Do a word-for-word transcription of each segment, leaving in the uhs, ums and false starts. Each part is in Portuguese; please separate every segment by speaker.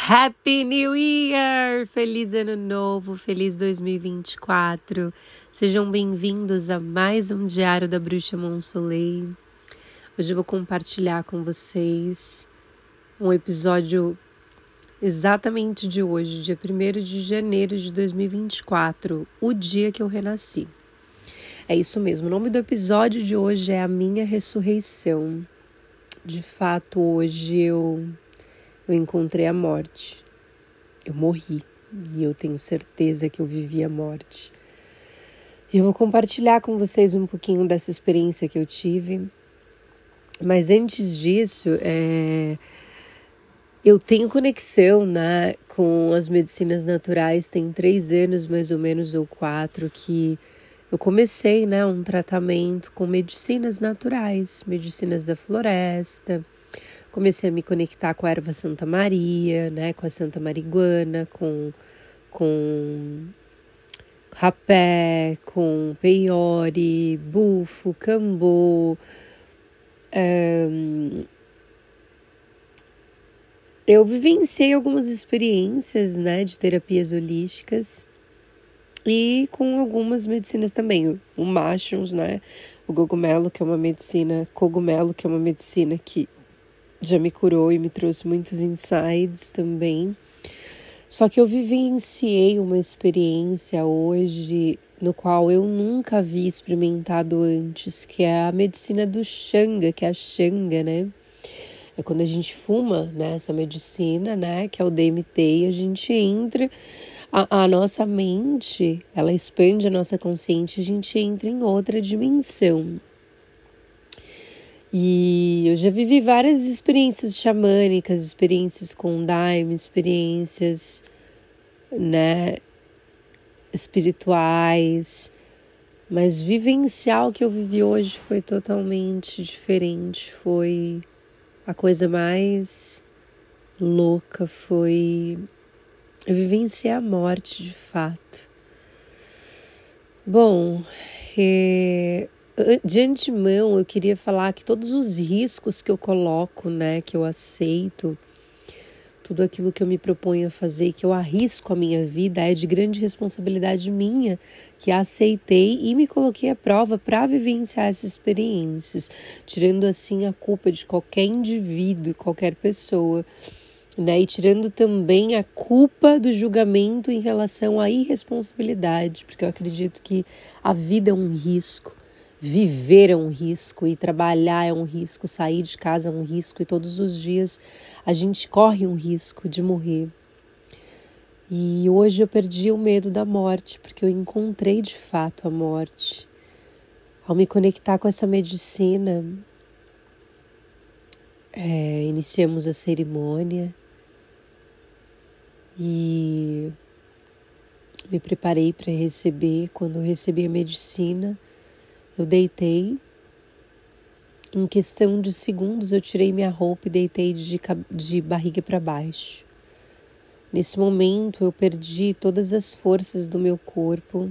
Speaker 1: Happy New Year! Feliz Ano Novo, feliz dois mil e vinte e quatro. Sejam bem-vindos a mais um Diário da Bruxa Monsoleil. Hoje eu vou compartilhar com vocês um episódio exatamente de hoje, dia primeiro de janeiro de dois mil e vinte e quatro, o dia que eu renasci. É isso mesmo, o nome do episódio de hoje é A Minha Ressurreição. De fato, hoje eu... Eu encontrei a morte, eu morri e eu tenho certeza que eu vivi a morte. E eu vou compartilhar com vocês um pouquinho dessa experiência que eu tive. Mas antes disso, é... eu tenho conexão, né, com as medicinas naturais. Tem três anos mais ou menos, ou quatro, que eu comecei, né, um tratamento com medicinas naturais, medicinas da floresta. Comecei a me conectar com a erva Santa Maria, né, com a Santa Marihuana, com, com rapé, com peiore, bufo, cambô. Um, eu vivenciei algumas experiências, né, de terapias holísticas e com algumas medicinas também. O mushrooms, né, o cogumelo, que é uma medicina, cogumelo, que é uma medicina que já me curou e me trouxe muitos insights também. Só que eu vivenciei uma experiência hoje no qual eu nunca havia experimentado antes, que é a medicina do Xanga, que é a Xanga, né? É quando a gente fuma, né, essa medicina, né, que é o D M T, e a gente entra, a, a nossa mente, ela expande a nossa consciência, a gente entra em outra dimensão. E eu já vivi várias experiências xamânicas, experiências com daime, experiências, né, espirituais, mas vivenciar o que eu vivi hoje foi totalmente diferente, foi a coisa mais louca, foi eu vivenciei a morte de fato. Bom, é... de antemão, eu queria falar que todos os riscos que eu coloco, né, que eu aceito, tudo aquilo que eu me proponho a fazer, que eu arrisco a minha vida, é de grande responsabilidade minha, que aceitei e me coloquei à prova para vivenciar essas experiências, tirando assim a culpa de qualquer indivíduo, qualquer pessoa, né, e tirando também a culpa do julgamento em relação à irresponsabilidade, porque eu acredito que a vida é um risco. Viver é um risco e trabalhar é um risco, sair de casa é um risco e todos os dias a gente corre um risco de morrer. E hoje eu perdi o medo da morte, porque eu encontrei de fato a morte. Ao me conectar com essa medicina, é, iniciamos a cerimônia e me preparei para receber. Quando eu recebi a medicina, eu deitei, em questão de segundos eu tirei minha roupa e deitei de, de barriga para baixo. Nesse momento eu perdi todas as forças do meu corpo,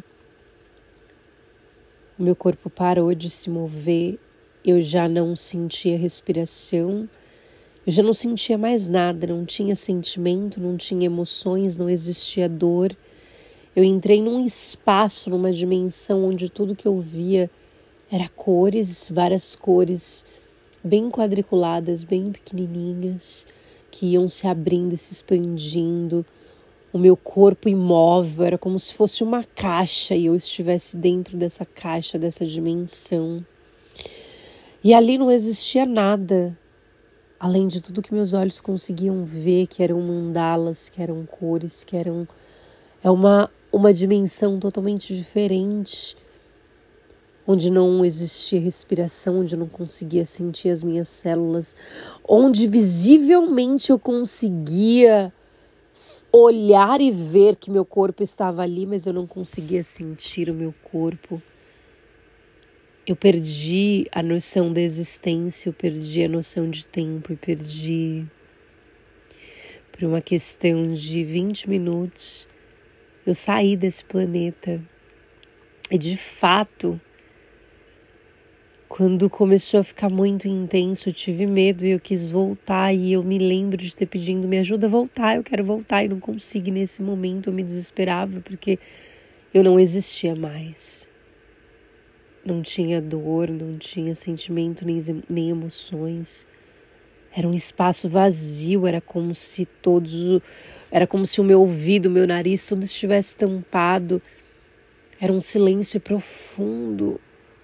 Speaker 1: o meu corpo parou de se mover, eu já não sentia respiração, eu já não sentia mais nada, não tinha sentimento, não tinha emoções, não existia dor. Eu entrei num espaço, numa dimensão onde tudo que eu via era cores, várias cores bem quadriculadas, bem pequenininhas, que iam se abrindo e se expandindo. O meu corpo imóvel era como se fosse uma caixa e eu estivesse dentro dessa caixa, dessa dimensão. E ali não existia nada, além de tudo que meus olhos conseguiam ver, que eram mandalas, que eram cores, que eram... É uma, uma dimensão totalmente diferente, onde não existia respiração, onde eu não conseguia sentir as minhas células, onde visivelmente eu conseguia olhar e ver que meu corpo estava ali, mas eu não conseguia sentir o meu corpo. Eu perdi a noção da existência, eu perdi a noção de tempo e perdi, por uma questão de vinte minutos, eu saí desse planeta. E de fato, Quando começou a ficar muito intenso, eu tive medo e eu quis voltar. E eu me lembro de ter pedindo, me ajuda a voltar, eu quero voltar. E não consegui nesse momento, eu me desesperava porque eu não existia mais. Não tinha dor, não tinha sentimento nem, nem emoções. Era um espaço vazio, era como se todos... Era como se o meu ouvido, o meu nariz, tudo estivesse tampado. Era um silêncio profundo,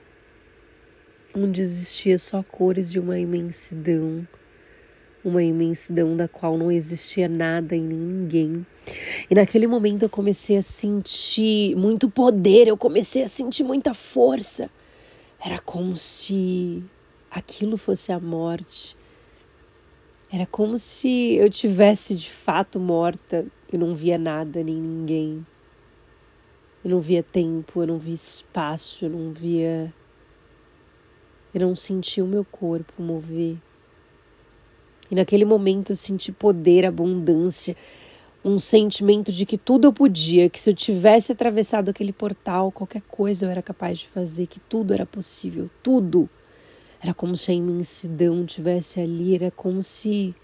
Speaker 1: onde existia só cores de uma imensidão. Uma imensidão da qual não existia nada e nem ninguém. E naquele momento eu comecei a sentir muito poder, eu comecei a sentir muita força. Era como se aquilo fosse a morte. Era como se eu tivesse de fato morta. Eu não via nada, nem ninguém. Eu não via tempo, eu não via espaço, eu não via... Eu não sentia o meu corpo mover. E naquele momento eu senti poder, abundância, um sentimento de que tudo eu podia, que se eu tivesse atravessado aquele portal, qualquer coisa eu era capaz de fazer, que tudo era possível, tudo. Era como se a imensidão tivesse ali, era como se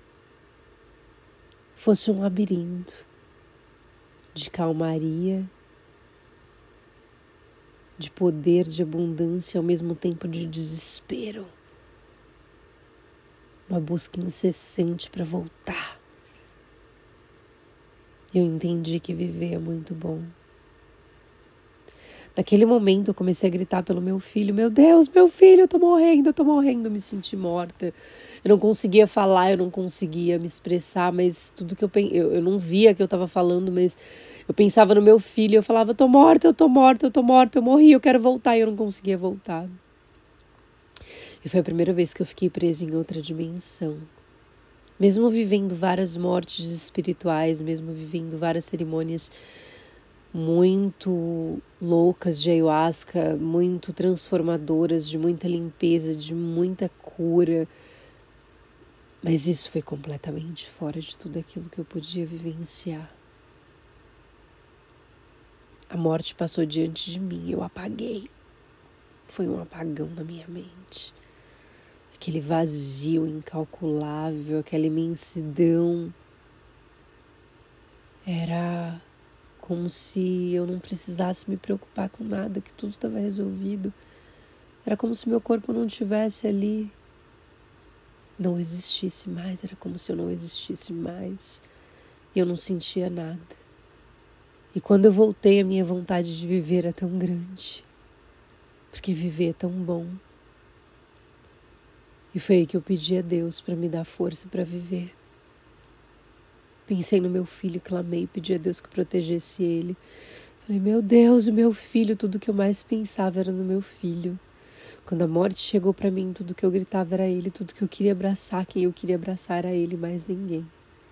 Speaker 1: fosse um labirinto de calmaria, de poder, de abundância, ao mesmo tempo de desespero. Uma busca incessante para voltar. Eu entendi que viver é muito bom. Naquele momento eu comecei a gritar pelo meu filho. Meu Deus, meu filho, eu tô morrendo, eu tô morrendo. Eu me senti morta. Eu não conseguia falar, eu não conseguia me expressar, mas tudo que eu pensei, eu, eu não via que eu tava falando, mas eu pensava no meu filho. Eu falava, eu tô morta, eu tô morta, eu tô morta, eu morri, eu quero voltar. E eu não conseguia voltar. E foi a primeira vez que eu fiquei presa em outra dimensão. Mesmo vivendo várias mortes espirituais, mesmo vivendo várias cerimônias muito loucas de ayahuasca, muito transformadoras, de muita limpeza, de muita cura. Mas isso foi completamente fora de tudo aquilo que eu podia vivenciar. A morte passou diante de mim, eu apaguei. Foi um apagão na minha mente. Aquele vazio incalculável, aquela imensidão. Era como se eu não precisasse me preocupar com nada, que tudo estava resolvido. Era como se meu corpo não estivesse ali, não existisse mais. Era como se eu não existisse mais. E eu não sentia nada. E quando eu voltei, a minha vontade de viver é tão grande. Porque viver é tão bom. E foi aí que eu pedi a Deus para me dar força para viver. Pensei no meu filho, clamei, pedi a Deus que protegesse ele. Falei, meu Deus, o meu filho, tudo que eu mais pensava era no meu filho. Quando a morte chegou para mim, tudo que eu gritava era ele, tudo que eu queria abraçar, quem eu queria abraçar era ele, mais ninguém.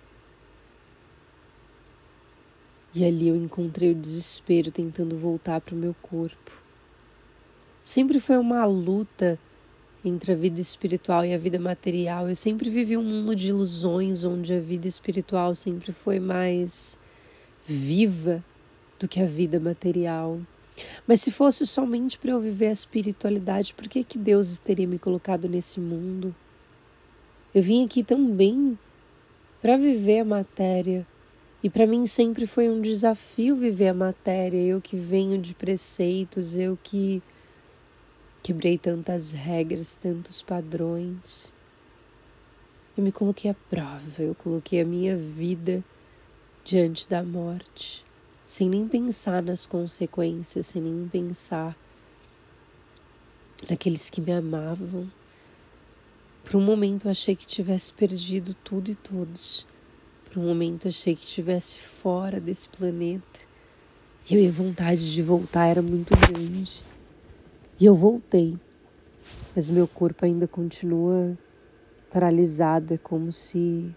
Speaker 1: E ali eu encontrei o desespero tentando voltar para o meu corpo. Sempre foi uma luta entre a vida espiritual e a vida material. Eu sempre vivi um mundo de ilusões, onde a vida espiritual sempre foi mais viva do que a vida material. Mas se fosse somente para eu viver a espiritualidade, por que que Deus teria me colocado nesse mundo? Eu vim aqui também para viver a matéria. E para mim sempre foi um desafio viver a matéria. Eu que venho de preceitos, eu que quebrei tantas regras, tantos padrões. Eu me coloquei à prova, eu coloquei a minha vida diante da morte, sem nem pensar nas consequências, sem nem pensar naqueles que me amavam. Por um momento eu achei que tivesse perdido tudo e todos. Por um momento eu achei que estivesse fora desse planeta. E a minha vontade de voltar era muito grande. E eu voltei, mas o meu corpo ainda continua paralisado. É como se...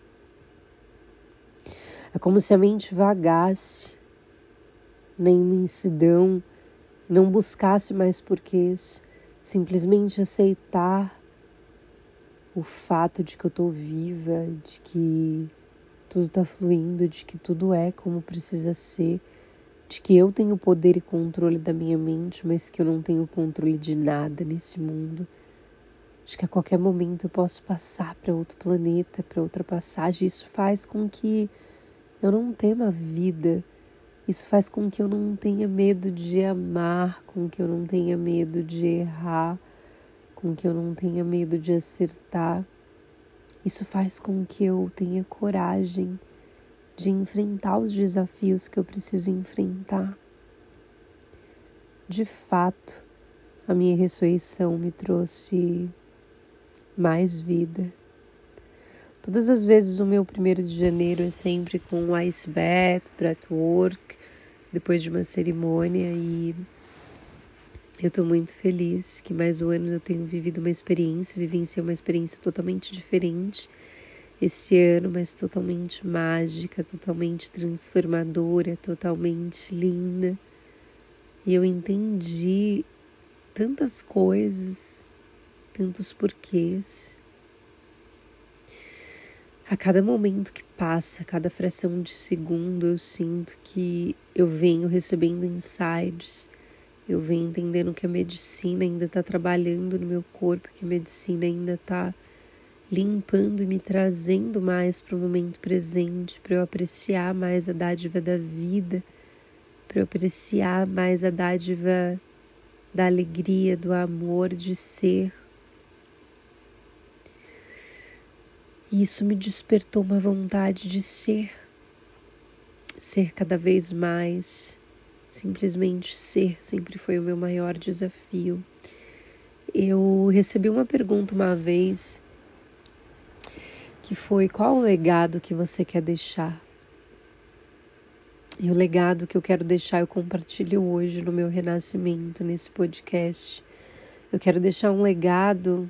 Speaker 1: É como se a mente vagasse na imensidão, não buscasse mais porquês, simplesmente aceitar o fato de que eu tô viva, de que tudo tá fluindo, de que tudo é como precisa ser, de que eu tenho poder e controle da minha mente, mas que eu não tenho controle de nada nesse mundo. De que a qualquer momento eu posso passar para outro planeta, para outra passagem. Isso faz com que eu não tema a vida. Isso faz com que eu não tenha medo de amar, com que eu não tenha medo de errar, com que eu não tenha medo de acertar. Isso faz com que eu tenha coragem de enfrentar os desafios que eu preciso enfrentar. De fato, a minha ressurreição me trouxe mais vida. Todas as vezes o meu primeiro de janeiro é sempre com um ice bath, breathwork, depois de uma cerimônia, e eu estou muito feliz que mais um ano eu tenho vivido uma experiência, vivenciei uma experiência totalmente diferente esse ano, mas totalmente mágica, totalmente transformadora, totalmente linda. E eu entendi tantas coisas, tantos porquês. A cada momento que passa, a cada fração de segundo, eu sinto que eu venho recebendo insights, eu venho entendendo que a medicina ainda está trabalhando no meu corpo, que a medicina ainda está limpando e me trazendo mais para o momento presente, para eu apreciar mais a dádiva da vida, para eu apreciar mais a dádiva da alegria, do amor, de ser. E isso me despertou uma vontade de ser, ser cada vez mais, simplesmente ser, sempre foi o meu maior desafio. Eu recebi uma pergunta uma vez, que foi: qual o legado que você quer deixar? E o legado que eu quero deixar eu compartilho hoje no meu renascimento, nesse podcast. Eu quero deixar um legado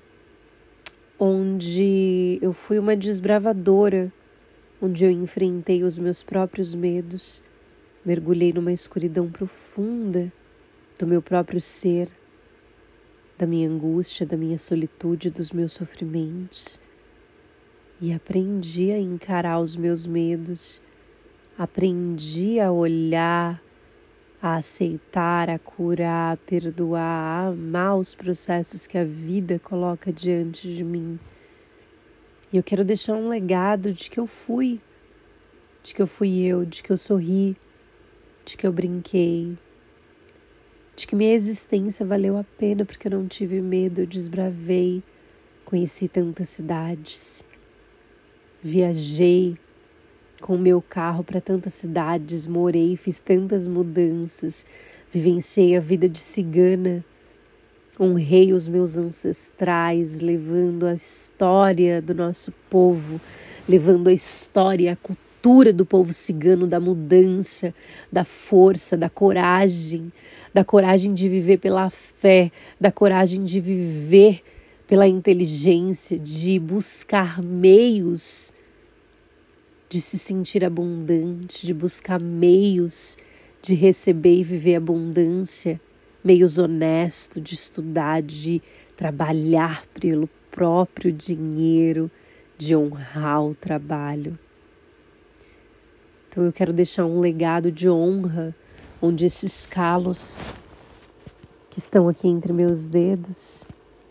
Speaker 1: onde eu fui uma desbravadora, onde eu enfrentei os meus próprios medos, mergulhei numa escuridão profunda do meu próprio ser, da minha angústia, da minha solitude, dos meus sofrimentos, e aprendi a encarar os meus medos, aprendi a olhar, a aceitar, a curar, a perdoar, a amar os processos que a vida coloca diante de mim. E eu quero deixar um legado de que eu fui, de que eu fui eu, de que eu sorri, de que eu brinquei, de que minha existência valeu a pena porque eu não tive medo, eu desbravei, conheci tantas cidades, viajei com o meu carro para tantas cidades, morei, fiz tantas mudanças, vivenciei a vida de cigana, honrei os meus ancestrais, levando a história do nosso povo, levando a história, a cultura do povo cigano, da mudança, da força, da coragem, da coragem de viver pela fé, da coragem de viver pela inteligência, de buscar meios de se sentir abundante, de buscar meios de receber e viver abundância, meios honestos de estudar, de trabalhar pelo próprio dinheiro, de honrar o trabalho. Então eu quero deixar um legado de honra, onde esses calos que estão aqui entre meus dedos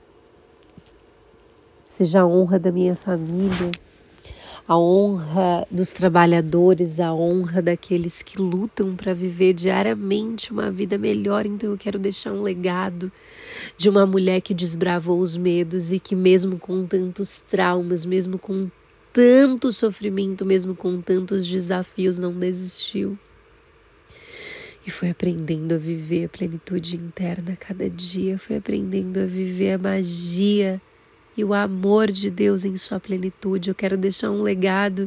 Speaker 1: seja a honra da minha família, a honra dos trabalhadores, a honra daqueles que lutam para viver diariamente uma vida melhor. Então eu quero deixar um legado de uma mulher que desbravou os medos e que mesmo com tantos traumas, mesmo com tanto sofrimento, mesmo com tantos desafios, não desistiu. E foi aprendendo a viver a plenitude interna a cada dia, foi aprendendo a viver a magia e o amor de Deus em sua plenitude. Eu quero deixar um legado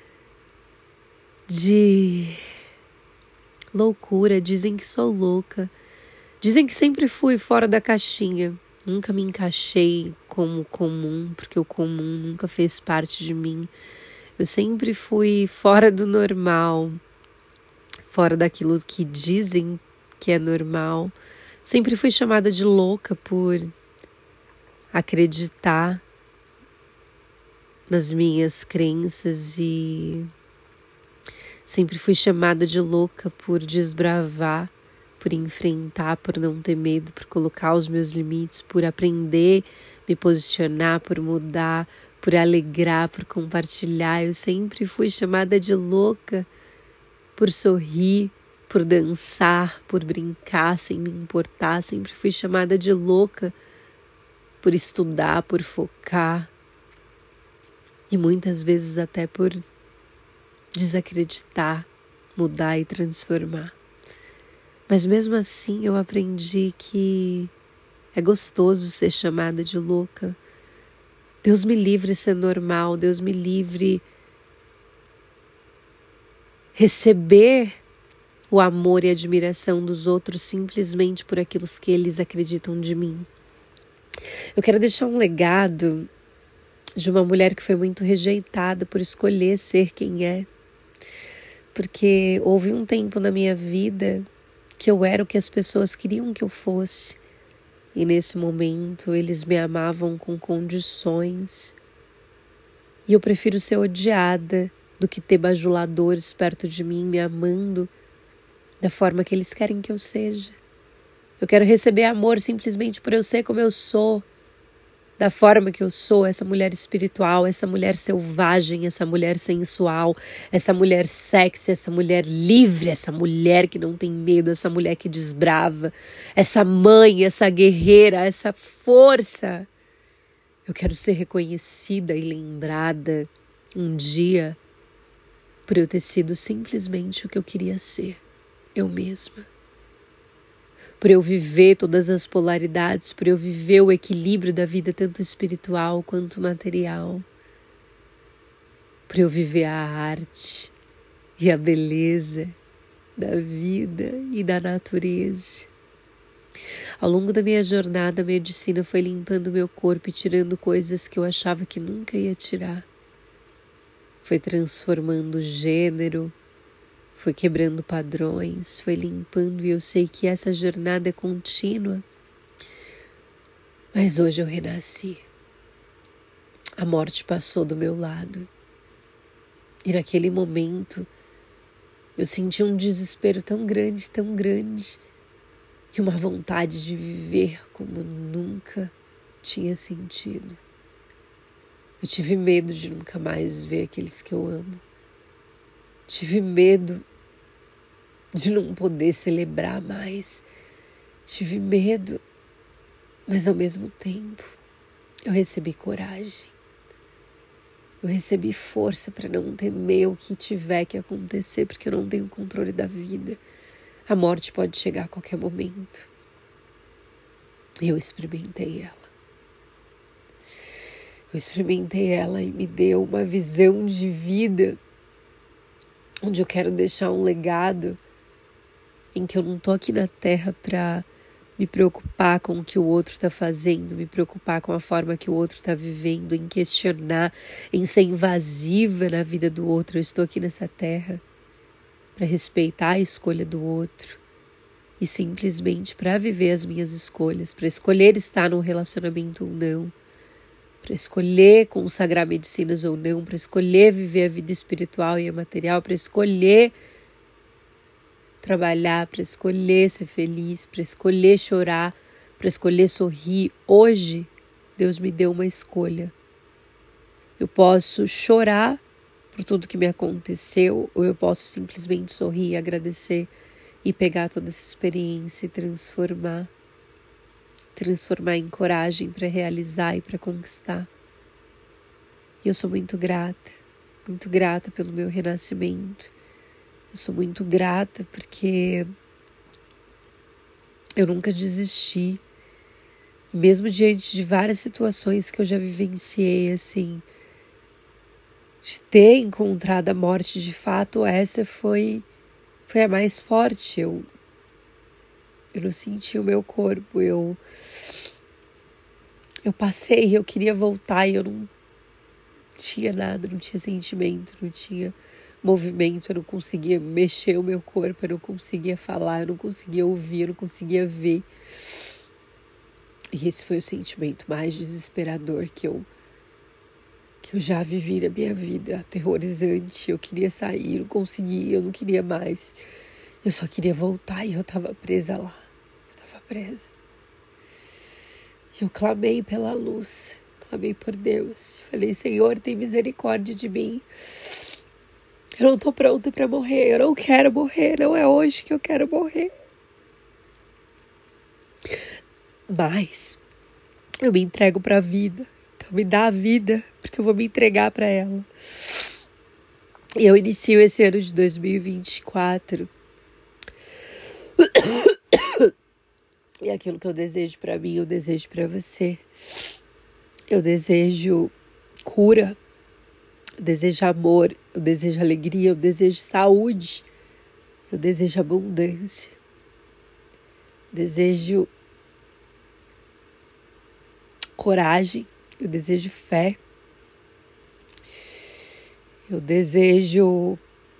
Speaker 1: de loucura. Dizem que sou louca. Dizem que sempre fui fora da caixinha. Nunca me encaixei como comum, porque o comum nunca fez parte de mim. Eu sempre fui fora do normal, fora daquilo que dizem que é normal. Sempre fui chamada de louca por acreditar nas minhas crenças e Sempre fui chamada de louca por desbravar, por enfrentar, por não ter medo, por colocar os meus limites, por aprender, me posicionar, por mudar, por alegrar, por compartilhar. Eu sempre fui chamada de louca por sorrir, por dançar, por brincar sem me importar. Sempre fui chamada de louca por estudar, por focar e muitas vezes até por desacreditar, mudar e transformar. Mas mesmo assim eu aprendi que é gostoso ser chamada de louca. Deus me livre ser normal, Deus me livre receber o amor e a admiração dos outros simplesmente por aquilo que eles acreditam de mim. Eu quero deixar um legado de uma mulher que foi muito rejeitada por escolher ser quem é. Porque houve um tempo na minha vida que eu era o que as pessoas queriam que eu fosse. E nesse momento eles me amavam com condições. E eu prefiro ser odiada do que ter bajuladores perto de mim me amando da forma que eles querem que eu seja. Eu quero receber amor simplesmente por eu ser como eu sou, da forma que eu sou, essa mulher espiritual, essa mulher selvagem, essa mulher sensual, essa mulher sexy, essa mulher livre, essa mulher que não tem medo, essa mulher que desbrava, essa mãe, essa guerreira, essa força. Eu quero ser reconhecida e lembrada um dia por eu ter sido simplesmente o que eu queria ser, eu mesma. Por eu viver todas as polaridades, por eu viver o equilíbrio da vida, tanto espiritual quanto material. Por eu viver a arte e a beleza da vida e da natureza. Ao longo da minha jornada, a medicina foi limpando meu corpo e tirando coisas que eu achava que nunca ia tirar. Foi transformando o gênero, foi quebrando padrões, foi limpando, e eu sei que essa jornada é contínua. Mas hoje eu renasci. A morte passou do meu lado. E naquele momento eu senti um desespero tão grande, tão grande, e uma vontade de viver como nunca tinha sentido. Eu tive medo de nunca mais ver aqueles que eu amo. Tive medo de não poder celebrar mais. Tive medo, mas ao mesmo tempo eu recebi coragem. Eu recebi força para não temer o que tiver que acontecer, porque eu não tenho controle da vida. A morte pode chegar a qualquer momento. E eu experimentei ela. Eu experimentei ela e me deu uma visão de vida onde eu quero deixar um legado em que eu não tô aqui na Terra para me preocupar com o que o outro está fazendo, me preocupar com a forma que o outro está vivendo, em questionar, em ser invasiva na vida do outro. Eu estou aqui nessa Terra para respeitar a escolha do outro e simplesmente para viver as minhas escolhas, para escolher estar num relacionamento ou não, para escolher consagrar medicinas ou não, para escolher viver a vida espiritual e a material, para escolher trabalhar, para escolher ser feliz, para escolher chorar, para escolher sorrir. Hoje, Deus me deu uma escolha. Eu posso chorar por tudo que me aconteceu, ou eu posso simplesmente sorrir, agradecer e pegar toda essa experiência e transformar. Transformar em coragem para realizar e para conquistar. E eu sou muito grata, muito grata pelo meu renascimento. Eu sou muito grata porque eu nunca desisti. E mesmo diante de várias situações que eu já vivenciei, assim, de ter encontrado a morte de fato, essa foi, foi a mais forte. Eu, eu não senti o meu corpo, eu, eu passei, eu queria voltar e eu não tinha nada, não tinha sentimento, não tinha movimento, eu não conseguia mexer o meu corpo, eu não conseguia falar, eu não conseguia ouvir, eu não conseguia ver. E esse foi o sentimento mais desesperador que eu que eu já vivi na minha vida, aterrorizante. Eu queria sair, não conseguia, eu não queria mais. Eu só queria voltar e eu estava presa lá. Eu estava presa. E eu clamei pela luz, clamei por Deus. Falei, Senhor, tem misericórdia de mim. Eu não estou pronta para morrer, eu não quero morrer, não é hoje que eu quero morrer. Mas eu me entrego para a vida. Então me dá a vida, porque eu vou me entregar para ela. E eu inicio esse ano de dois mil e vinte e quatro. E aquilo que eu desejo para mim, eu desejo para você. Eu desejo cura, eu desejo amor, eu desejo alegria, eu desejo saúde, eu desejo abundância. Desejo coragem, eu desejo fé, eu desejo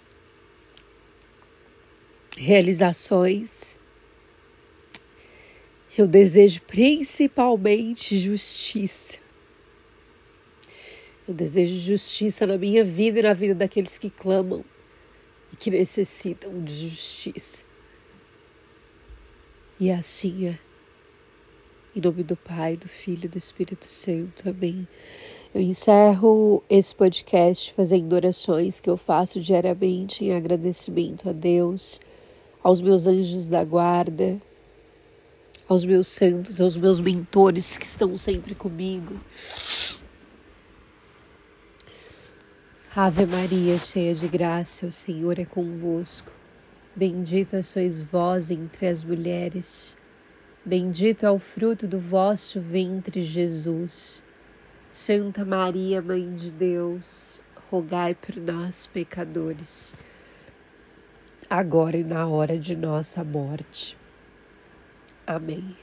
Speaker 1: realizações, eu desejo principalmente justiça. Eu desejo justiça na minha vida e na vida daqueles que clamam e que necessitam de justiça. E assim é. Em nome do Pai, do Filho e do Espírito Santo. Amém. Eu encerro esse podcast fazendo orações que eu faço diariamente em agradecimento a Deus, aos meus anjos da guarda, aos meus santos, aos meus mentores que estão sempre comigo. Ave Maria, cheia de graça, o Senhor é convosco. Bendita sois vós entre as mulheres. Bendito é o fruto do vosso ventre, Jesus. Santa Maria, Mãe de Deus, rogai por nós, pecadores, agora e na hora de nossa morte. Amém.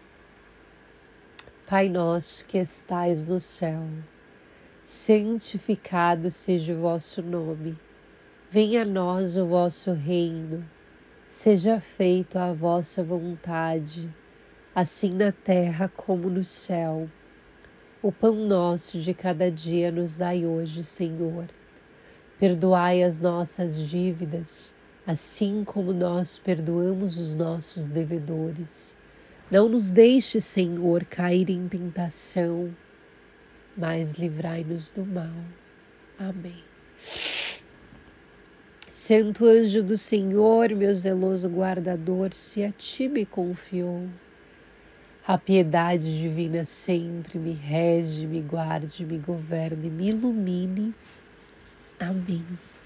Speaker 1: Pai nosso que estais no céu, santificado seja o vosso nome. Venha a nós o vosso reino. Seja feita a vossa vontade, assim na terra como no céu. O pão nosso de cada dia nos dai hoje, Senhor. Perdoai as nossas dívidas, assim como nós perdoamos os nossos devedores. Não nos deixe, Senhor, cair em tentação, mas livrai-nos do mal. Amém. Santo anjo do Senhor, meu zeloso guardador, se a ti me confiou, a piedade divina sempre me rege, me guarde, me governe, me ilumine. Amém.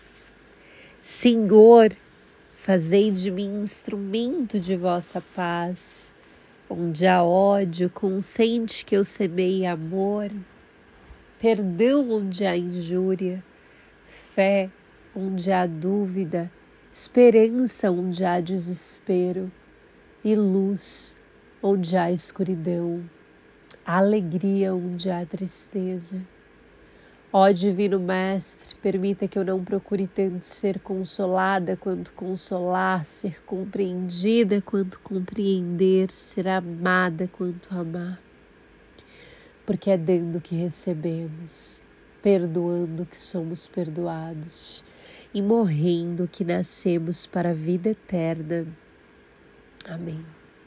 Speaker 1: Senhor, fazei de mim instrumento de vossa paz. Onde há ódio, consente que eu semeie amor. Perdão onde há injúria. Fé onde há dúvida. Esperança onde há desespero. E luz onde há escuridão, alegria onde há tristeza. Ó Divino Mestre, permita que eu não procure tanto ser consolada quanto consolar, ser compreendida quanto compreender, ser amada quanto amar. Porque é dando que recebemos, perdoando que somos perdoados e morrendo que nascemos para a vida eterna. Amém.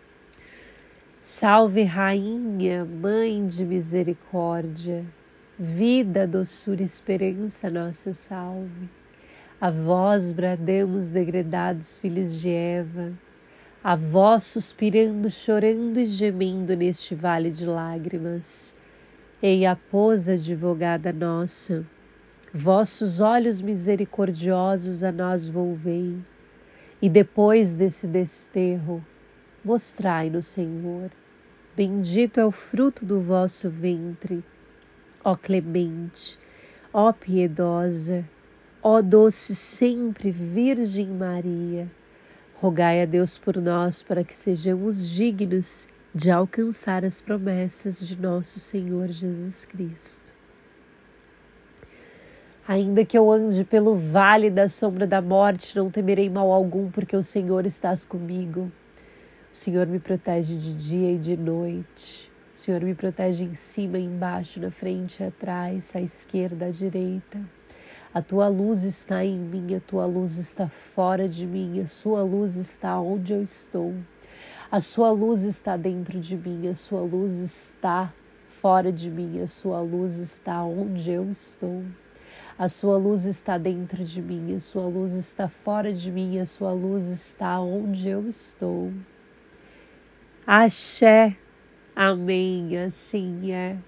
Speaker 1: Salve, Rainha, Mãe de Misericórdia, vida, doçura e esperança, nossa salve. A vós bradamos, degredados filhos de Eva, a vós suspirando, chorando e gemendo neste vale de lágrimas. Ei, Raposa advogada nossa, vossos olhos misericordiosos a nós volvei, e depois desse desterro, mostrai-nos, Senhor. Bendito é o fruto do vosso ventre, ó clemente, ó piedosa, ó doce sempre Virgem Maria. Rogai a Deus por nós para que sejamos dignos de alcançar as promessas de nosso Senhor Jesus Cristo. Ainda que eu ande pelo vale da sombra da morte, não temerei mal algum, porque o Senhor está comigo. O Senhor me protege de dia e de noite. O O Senhor me protege em cima, embaixo, na frente e atrás, à esquerda, à direita. A tua luz está em mim, a tua luz está fora de mim, a sua luz está onde eu estou. A sua luz está dentro de mim, a sua luz está fora de mim, a sua luz está onde eu estou. A sua luz está dentro de mim, a sua luz está fora de mim, a sua luz está onde eu estou. Axé, amém, assim é.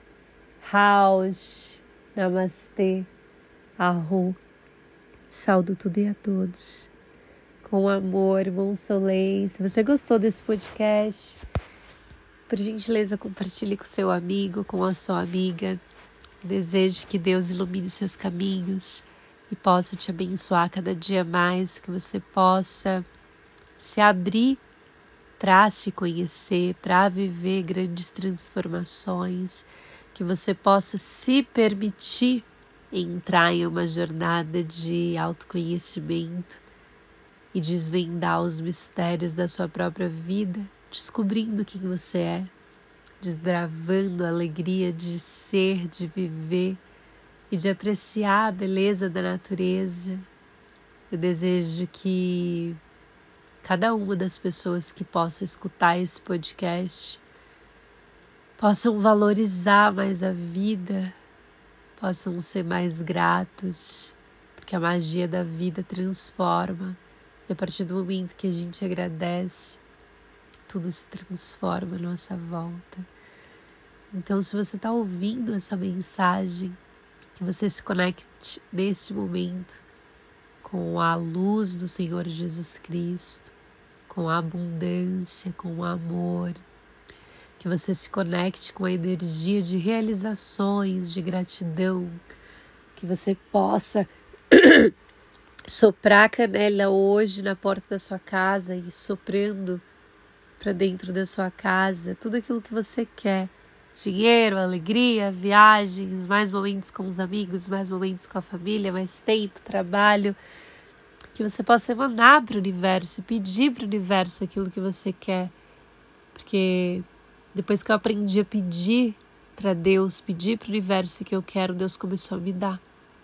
Speaker 1: Raush, namastê, arro. Saúdo tudo e a todos. Com amor, bom soleil. Se você gostou desse podcast, por gentileza, compartilhe com seu amigo, com a sua amiga. Desejo que Deus ilumine seus caminhos e possa te abençoar cada dia mais, que você possa se abrir para se conhecer, para viver grandes transformações, que você possa se permitir entrar em uma jornada de autoconhecimento e desvendar os mistérios da sua própria vida, descobrindo quem você é, desbravando a alegria de ser, de viver e de apreciar a beleza da natureza. Eu desejo que cada uma das pessoas que possa escutar esse podcast possam valorizar mais a vida, possam ser mais gratos, porque a magia da vida transforma. E a partir do momento que a gente agradece, tudo se transforma à nossa volta. Então, se você está ouvindo essa mensagem, que você se conecte nesse momento com a luz do Senhor Jesus Cristo, com a abundância, com o amor, que você se conecte com a energia de realizações, de gratidão, que você possa soprar a canela hoje na porta da sua casa e soprando para dentro da sua casa tudo aquilo que você quer. Dinheiro, alegria, viagens, mais momentos com os amigos, mais momentos com a família, mais tempo, trabalho. Que você possa mandar para o universo, pedir para o universo aquilo que você quer. Porque depois que eu aprendi a pedir para Deus, pedir para o universo o que eu quero, Deus começou a me dar.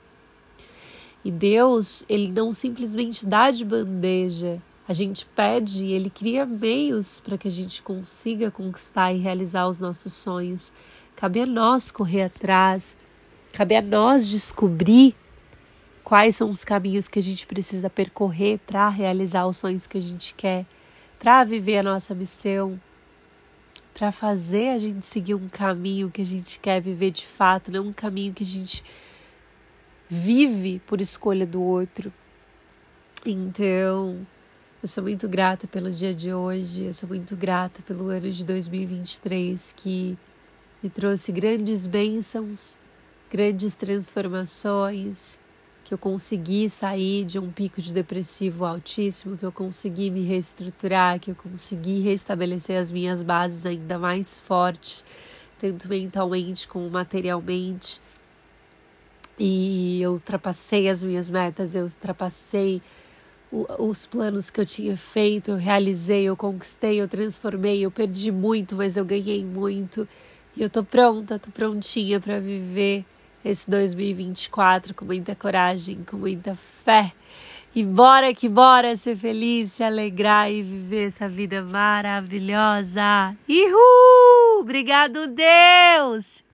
Speaker 1: E Deus, Ele não simplesmente dá de bandeja. A gente pede e Ele cria meios para que a gente consiga conquistar e realizar os nossos sonhos. Cabe a nós correr atrás, cabe a nós descobrir quais são os caminhos que a gente precisa percorrer para realizar os sonhos que a gente quer, para viver a nossa missão, para fazer a gente seguir um caminho que a gente quer viver de fato, não um caminho que a gente vive por escolha do outro. Então, eu sou muito grata pelo dia de hoje, eu sou muito grata pelo ano de dois mil e vinte e três que me trouxe grandes bênçãos, grandes transformações, que eu consegui sair de um pico de depressivo altíssimo, que eu consegui me reestruturar, que eu consegui restabelecer as minhas bases ainda mais fortes, tanto mentalmente como materialmente. E eu ultrapassei as minhas metas, eu ultrapassei os planos que eu tinha feito, eu realizei, eu conquistei, eu transformei, eu perdi muito, mas eu ganhei muito. E eu tô pronta, tô prontinha para viver esse dois mil e vinte e quatro com muita coragem, com muita fé. E bora que bora ser feliz, se alegrar e viver essa vida maravilhosa. Uhul! Obrigado, Deus!